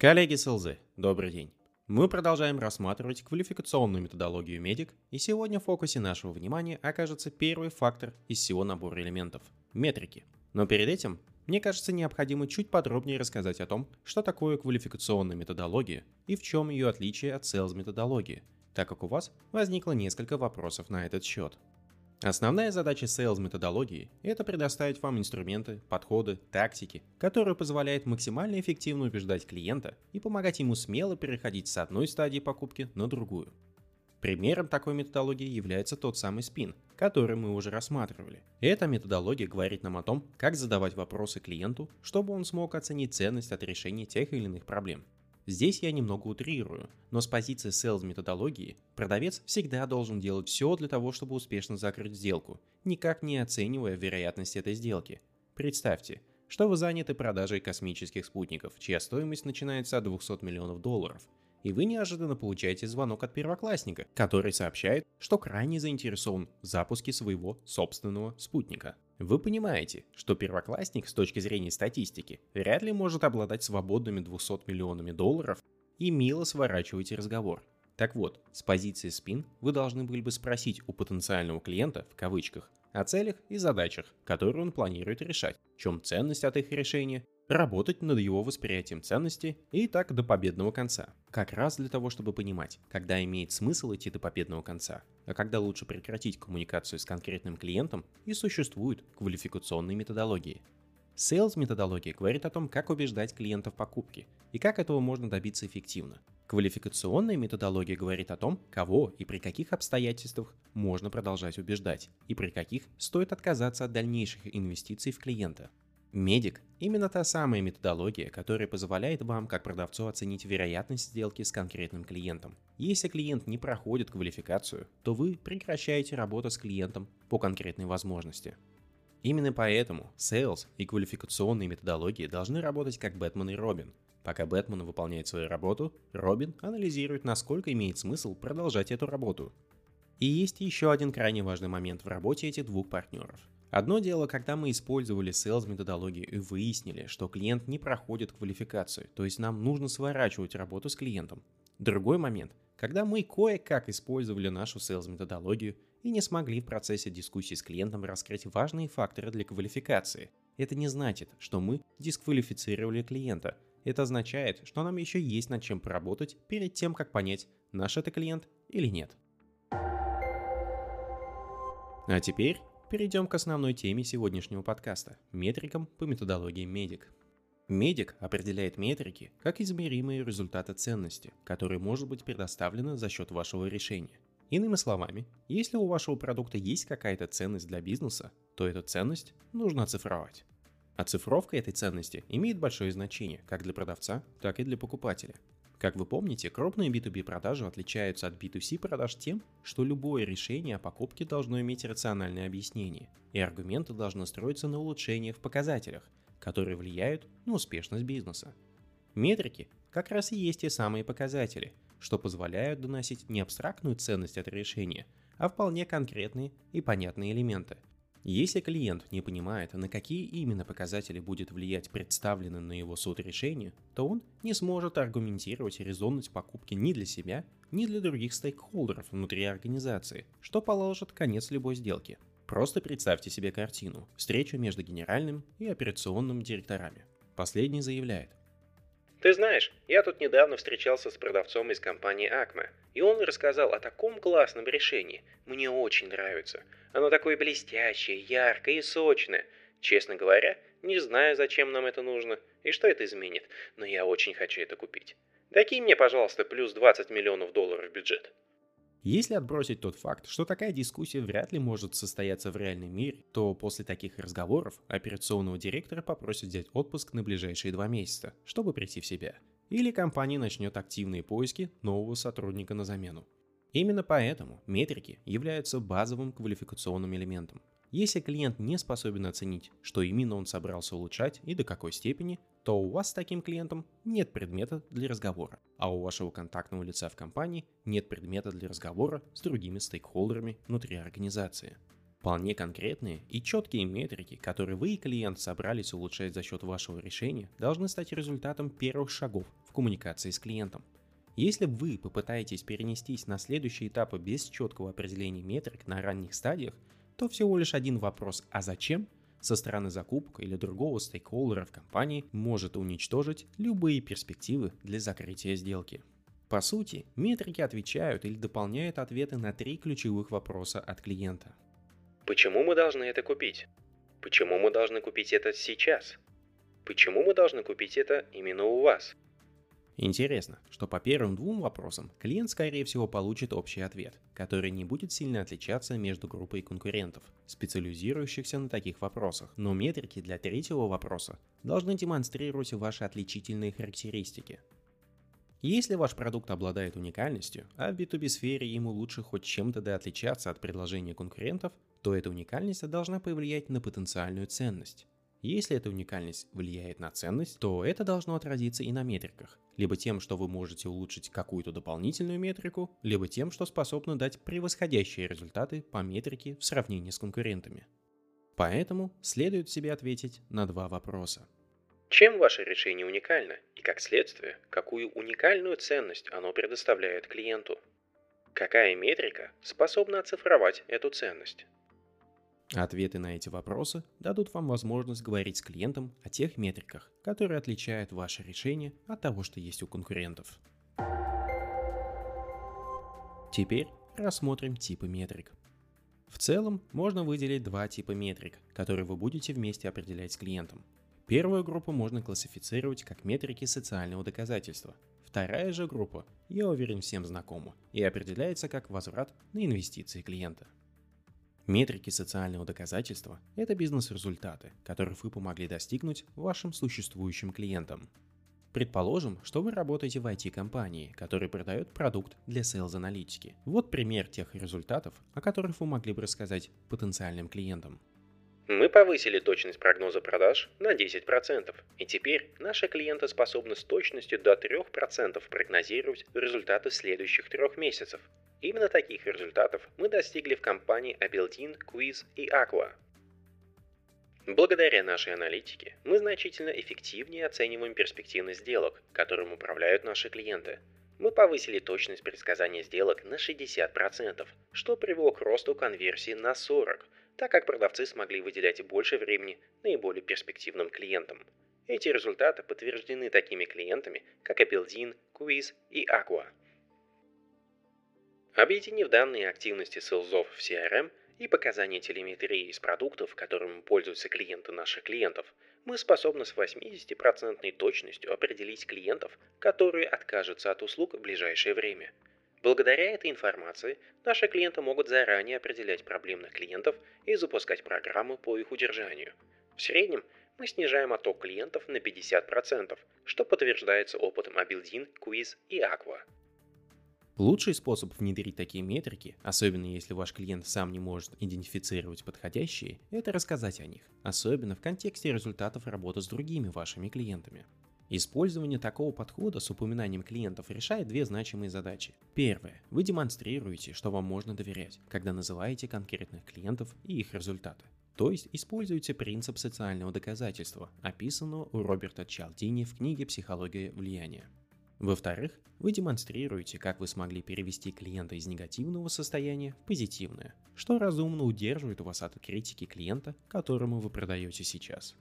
Коллеги с ЛЗ, добрый день. Мы продолжаем рассматривать квалификационную методологию MEDIC, и сегодня в фокусе нашего внимания окажется первый фактор из всего набора элементов – метрики. Но перед этим, мне кажется, необходимо чуть подробнее рассказать о том, что такое квалификационная методология и в чем ее отличие от Sales методологии, так как у вас возникло несколько вопросов на этот счет. Основная задача Sales методологии – это предоставить вам инструменты, подходы, тактики, которые позволяют максимально эффективно убеждать клиента и помогать ему смело переходить с одной стадии покупки на другую. Примером такой методологии является тот самый SPIN, который мы уже рассматривали. Эта методология говорит нам о том, как задавать вопросы клиенту, чтобы он смог оценить ценность от решения тех или иных проблем. Здесь я немного утрирую, но с позиции Sales методологии продавец всегда должен делать все для того, чтобы успешно закрыть сделку, никак не оценивая вероятность этой сделки. Представьте, что вы заняты продажей космических спутников, чья стоимость начинается от $200 миллионов, и вы неожиданно получаете звонок от первоклассника, который сообщает, что крайне заинтересован в запуске своего собственного спутника. Вы понимаете, что первоклассник с точки зрения статистики вряд ли может обладать свободными $200 миллионами и мило сворачиваете разговор. Так вот, с позиции SPIN вы должны были бы спросить у потенциального клиента, в кавычках, о целях и задачах, которые он планирует решать, в чем ценность от их решения, работать над его восприятием ценности и так до победного конца. Как раз для того, чтобы понимать, когда имеет смысл идти до победного конца, а когда лучше прекратить коммуникацию с конкретным клиентом, и существуют квалификационные методологии. Sales методология говорит о том, как убеждать клиента в покупке и как этого можно добиться эффективно. Квалификационная методология говорит о том, кого и при каких обстоятельствах можно продолжать убеждать, и при каких стоит отказаться от дальнейших инвестиций в клиента. MEDIC – именно та самая методология, которая позволяет вам, как продавцу, оценить вероятность сделки с конкретным клиентом. Если клиент не проходит квалификацию, то вы прекращаете работу с клиентом по конкретной возможности. Именно поэтому Sales и квалификационные методологии должны работать как Бэтмен и Робин. Пока Бэтмен выполняет свою работу, Робин анализирует, насколько имеет смысл продолжать эту работу. И есть еще один крайне важный момент в работе этих двух партнеров. Одно дело, когда мы использовали Sales методологию и выяснили, что клиент не проходит квалификацию, то есть нам нужно сворачивать работу с клиентом. Другой момент, когда мы кое-как использовали нашу Sales методологию и не смогли в процессе дискуссии с клиентом раскрыть важные факторы для квалификации. Это не значит, что мы дисквалифицировали клиента. Это означает, что нам еще есть над чем поработать перед тем, как понять, наш это клиент или нет. А теперь перейдем к основной теме сегодняшнего подкаста – метрикам по методологии MEDIC. MEDIC определяет метрики как измеримые результаты ценности, которые может быть предоставлены за счет вашего решения. Иными словами, если у вашего продукта есть какая-то ценность для бизнеса, то эту ценность нужно оцифровать. Оцифровка этой ценности имеет большое значение как для продавца, так и для покупателя. Как вы помните, крупные B2B продажи отличаются от B2C продаж тем, что любое решение о покупке должно иметь рациональное объяснение, и аргументы должны строиться на улучшениях в показателях, которые влияют на успешность бизнеса. Метрики как раз и есть те самые показатели, что позволяют доносить не абстрактную ценность от решения, а вполне конкретные и понятные элементы. Если клиент не понимает, на какие именно показатели будет влиять представленное на его суд решение, то он не сможет аргументировать резонность покупки ни для себя, ни для других стейкхолдеров внутри организации, что положит конец любой сделке. Просто представьте себе картину: встречу между генеральным и операционным директорами. Последний заявляет: Ты знаешь, я тут недавно встречался с продавцом из компании Acme, и он рассказал о таком классном решении. Мне очень нравится. Оно такое блестящее, яркое и сочное. Честно говоря, не знаю, зачем нам это нужно и что это изменит, но я очень хочу это купить. Докинь мне, пожалуйста, плюс $20 миллионов в бюджет. Если отбросить тот факт, что такая дискуссия вряд ли может состояться в реальном мире, то после таких разговоров операционного директора попросят взять отпуск на ближайшие 2 месяца, чтобы прийти в себя. Или компания начнет активные поиски нового сотрудника на замену. Именно поэтому метрики являются базовым квалификационным элементом. Если клиент не способен оценить, что именно он собрался улучшать и до какой степени, то у вас с таким клиентом нет предмета для разговора, а у вашего контактного лица в компании нет предмета для разговора с другими стейкхолдерами внутри организации. Вполне конкретные и четкие метрики, которые вы и клиент собрались улучшать за счет вашего решения, должны стать результатом первых шагов в в коммуникации с клиентом. Если вы попытаетесь перенестись на следующие этапы без четкого определения метрик на ранних стадиях, то всего лишь один вопрос «а зачем?» со стороны закупок или другого стейкхолдера в компании может уничтожить любые перспективы для закрытия сделки. По сути, метрики отвечают или дополняют ответы на 3 ключевых вопроса от клиента. Почему мы должны это купить? Почему мы должны купить это сейчас? Почему мы должны купить это именно у вас? Интересно, что по первым 2 вопросам клиент скорее всего получит общий ответ, который не будет сильно отличаться между группой конкурентов, специализирующихся на таких вопросах, но метрики для 3-го вопроса должны демонстрировать ваши отличительные характеристики. Если ваш продукт обладает уникальностью, а в B2B сфере ему лучше хоть чем-то отличаться от предложения конкурентов, то эта уникальность должна повлиять на потенциальную ценность. Если эта уникальность влияет на ценность, то это должно отразиться и на метриках. Либо тем, что вы можете улучшить какую-то дополнительную метрику, либо тем, что способны дать превосходящие результаты по метрике в сравнении с конкурентами. Поэтому следует себе ответить на 2 вопроса. Чем ваше решение уникально и, как следствие, какую уникальную ценность оно предоставляет клиенту? Какая метрика способна оцифровать эту ценность? Ответы на эти вопросы дадут вам возможность говорить с клиентом о тех метриках, которые отличают ваше решение от того, что есть у конкурентов. Теперь рассмотрим типы метрик. В целом можно выделить 2 типа метрик, которые вы будете вместе определять с клиентом. Первую группу можно классифицировать как метрики социального доказательства. Вторая же группа, я уверен, всем знакома, и определяется как возврат на инвестиции клиента. Метрики социального доказательства – это бизнес-результаты, которых вы помогли достигнуть вашим существующим клиентам. Предположим, что вы работаете в IT-компании, которая продает продукт для сейлз-аналитики. Вот пример тех результатов, о которых вы могли бы рассказать потенциальным клиентам. Мы повысили точность прогноза продаж на 10%, и теперь наши клиенты способны с точностью до 3% прогнозировать результаты следующих 3 месяцев. Именно таких результатов мы достигли в компании Abuildin, Quiz и Aqua. Благодаря нашей аналитике мы значительно эффективнее оцениваем перспективность сделок, которым управляют наши клиенты. Мы повысили точность предсказания сделок на 60%, что привело к росту конверсии на 40%, так как продавцы смогли выделять больше времени наиболее перспективным клиентам. Эти результаты подтверждены такими клиентами, как Abuildin, Quiz и Aqua. Объединив данные активности сейлзов в CRM и показания телеметрии из продуктов, которыми пользуются клиенты наших клиентов, мы способны с 80% точностью определить клиентов, которые откажутся от услуг в ближайшее время. Благодаря этой информации наши клиенты могут заранее определять проблемных клиентов и запускать программы по их удержанию. В среднем мы снижаем отток клиентов на 50%, что подтверждается опытом Abuildin, Quiz и Aqua. Лучший способ внедрить такие метрики, особенно если ваш клиент сам не может идентифицировать подходящие, это рассказать о них, особенно в контексте результатов работы с другими вашими клиентами. Использование такого подхода с упоминанием клиентов решает 2 значимые задачи. Первое. Вы демонстрируете, что вам можно доверять, когда называете конкретных клиентов и их результаты. То есть используете принцип социального доказательства, описанного у Роберта Чиалдини в книге «Психология влияния». Во-вторых, вы демонстрируете, как вы смогли перевести клиента из негативного состояния в позитивное, что разумно удерживает вас от критики клиента, которому вы продаете сейчас.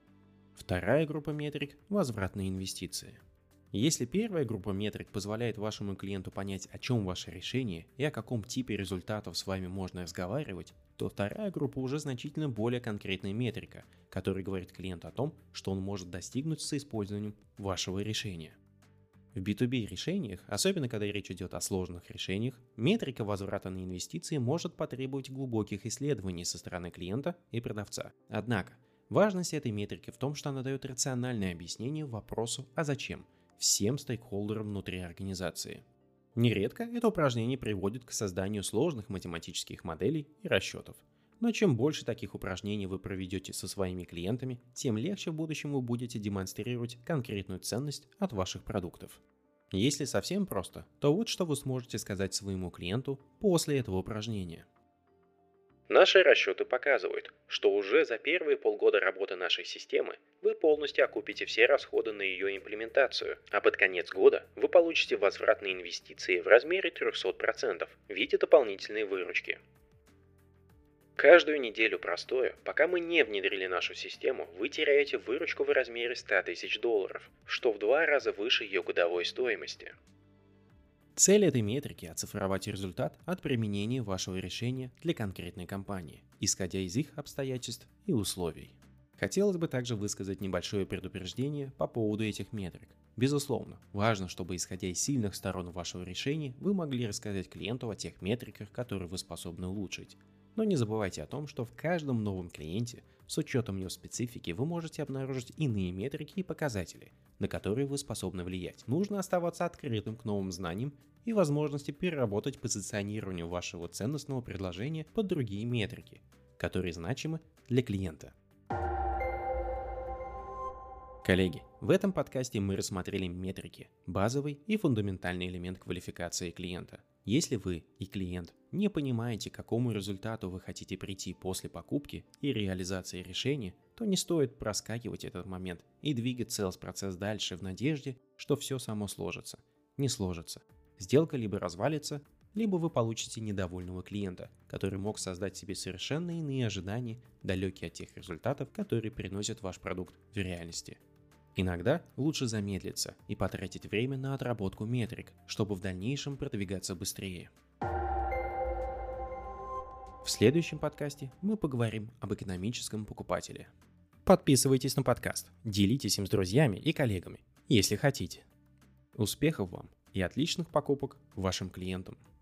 Вторая группа метрик – возвратные инвестиции. Если первая группа метрик позволяет вашему клиенту понять, о чем ваше решение и о каком типе результатов с вами можно разговаривать, то вторая группа уже значительно более конкретная метрика, которая говорит клиенту о том, что он может достигнуть с использованием вашего решения. В B2B решениях, особенно когда речь идет о сложных решениях, метрика возврата на инвестиции может потребовать глубоких исследований со стороны клиента и продавца. Однако, важность этой метрики в том, что она дает рациональное объяснение вопросу «а зачем?» всем стейкхолдерам внутри организации. Нередко это упражнение приводит к созданию сложных математических моделей и расчетов. Но чем больше таких упражнений вы проведете со своими клиентами, тем легче в будущем вы будете демонстрировать конкретную ценность от ваших продуктов. Если совсем просто, то вот что вы сможете сказать своему клиенту после этого упражнения. Наши расчеты показывают, что уже за первые полгода работы нашей системы вы полностью окупите все расходы на ее имплементацию, а под конец года вы получите возвратные инвестиции в размере 300% в виде дополнительной выручки. Каждую неделю простоя, пока мы не внедрили нашу систему, вы теряете выручку в размере $100 000, что в 2 раза выше ее годовой стоимости. Цель этой метрики – оцифровать результат от применения вашего решения для конкретной компании, исходя из их обстоятельств и условий. Хотелось бы также высказать небольшое предупреждение по поводу этих метрик. Безусловно, важно, чтобы, исходя из сильных сторон вашего решения, вы могли рассказать клиенту о тех метриках, которые вы способны улучшить. Но не забывайте о том, что в каждом новом клиенте, с учетом его специфики, вы можете обнаружить иные метрики и показатели, на которые вы способны влиять. Нужно оставаться открытым к новым знаниям и возможности переработать позиционирование вашего ценностного предложения под другие метрики, которые значимы для клиента. Коллеги, в этом подкасте мы рассмотрели метрики, базовый и фундаментальный элемент квалификации клиента. Если вы и клиент не понимаете, к какому результату вы хотите прийти после покупки и реализации решения, то не стоит проскакивать этот момент и двигать процесс дальше в надежде, что все само сложится. Не сложится. Сделка либо развалится, либо вы получите недовольного клиента, который мог создать себе совершенно иные ожидания, далекие от тех результатов, которые приносит ваш продукт в реальности. Иногда лучше замедлиться и потратить время на отработку метрик, чтобы в дальнейшем продвигаться быстрее. В следующем подкасте мы поговорим об экономическом покупателе. Подписывайтесь на подкаст, делитесь им с друзьями и коллегами, если хотите. Успехов вам и отличных покупок вашим клиентам!